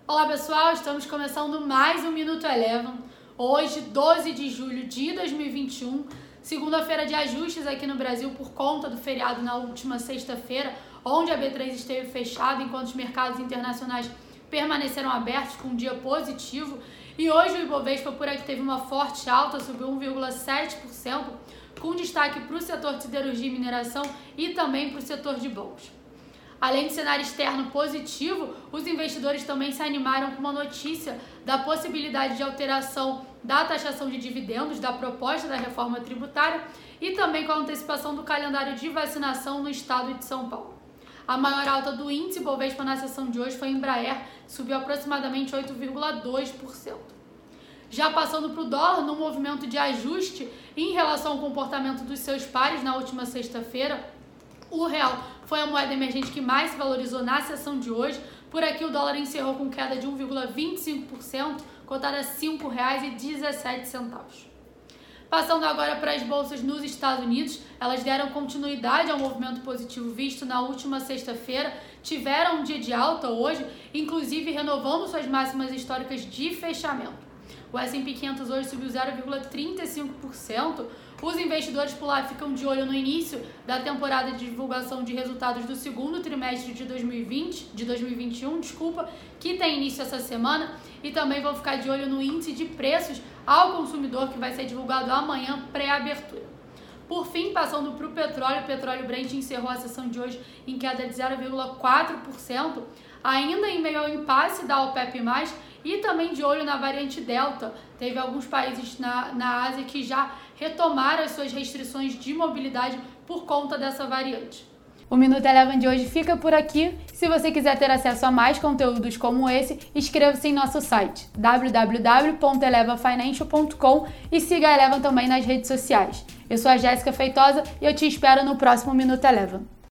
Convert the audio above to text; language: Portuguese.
Olá pessoal, estamos começando mais um Minuto Eleven. Hoje, 12 de julho de 2021, segunda-feira de ajustes aqui no Brasil por conta do feriado na última sexta-feira, onde a B3 esteve fechada enquanto os mercados internacionais permaneceram abertos com um dia positivo. E hoje o Ibovespa por aqui teve uma forte alta, subiu 1,7%, com destaque para o setor de siderurgia e mineração e também para o setor de bancos. Além de cenário externo positivo, os investidores também se animaram com uma notícia da possibilidade de alteração da taxação de dividendos, da proposta da reforma tributária e também com a antecipação do calendário de vacinação no estado de São Paulo. A maior alta do índice Bovespa na sessão de hoje foi em Embraer, subiu aproximadamente 8,2%. Já passando para o dólar, no movimento de ajuste em relação ao comportamento dos seus pares na última sexta-feira, o real foi a moeda emergente que mais se valorizou na sessão de hoje. Por aqui o dólar encerrou com queda de 1,25%, cotada a R$ 5,17. Passando agora para as bolsas nos Estados Unidos, elas deram continuidade ao movimento positivo visto na última sexta-feira, tiveram um dia de alta hoje, inclusive renovando suas máximas históricas de fechamento. O S&P 500 hoje subiu 0,35%. Os investidores por lá ficam de olho no início da temporada de divulgação de resultados do segundo trimestre de 2021, que tem início essa semana, e também vão ficar de olho no índice de preços ao consumidor que vai ser divulgado amanhã, pré-abertura. Por fim, passando para o petróleo Brent encerrou a sessão de hoje em queda de 0,4%, ainda em meio ao impasse da OPEP+, e também de olho na variante Delta. Teve alguns países na Ásia que já retomaram as suas restrições de mobilidade por conta dessa variante. O Minuto Eleven de hoje fica por aqui. Se você quiser ter acesso a mais conteúdos como esse, inscreva-se em nosso site www.elevafinancial.com e siga a Eleven também nas redes sociais. Eu sou a Jéssica Feitosa e eu te espero no próximo Minuto Eleven.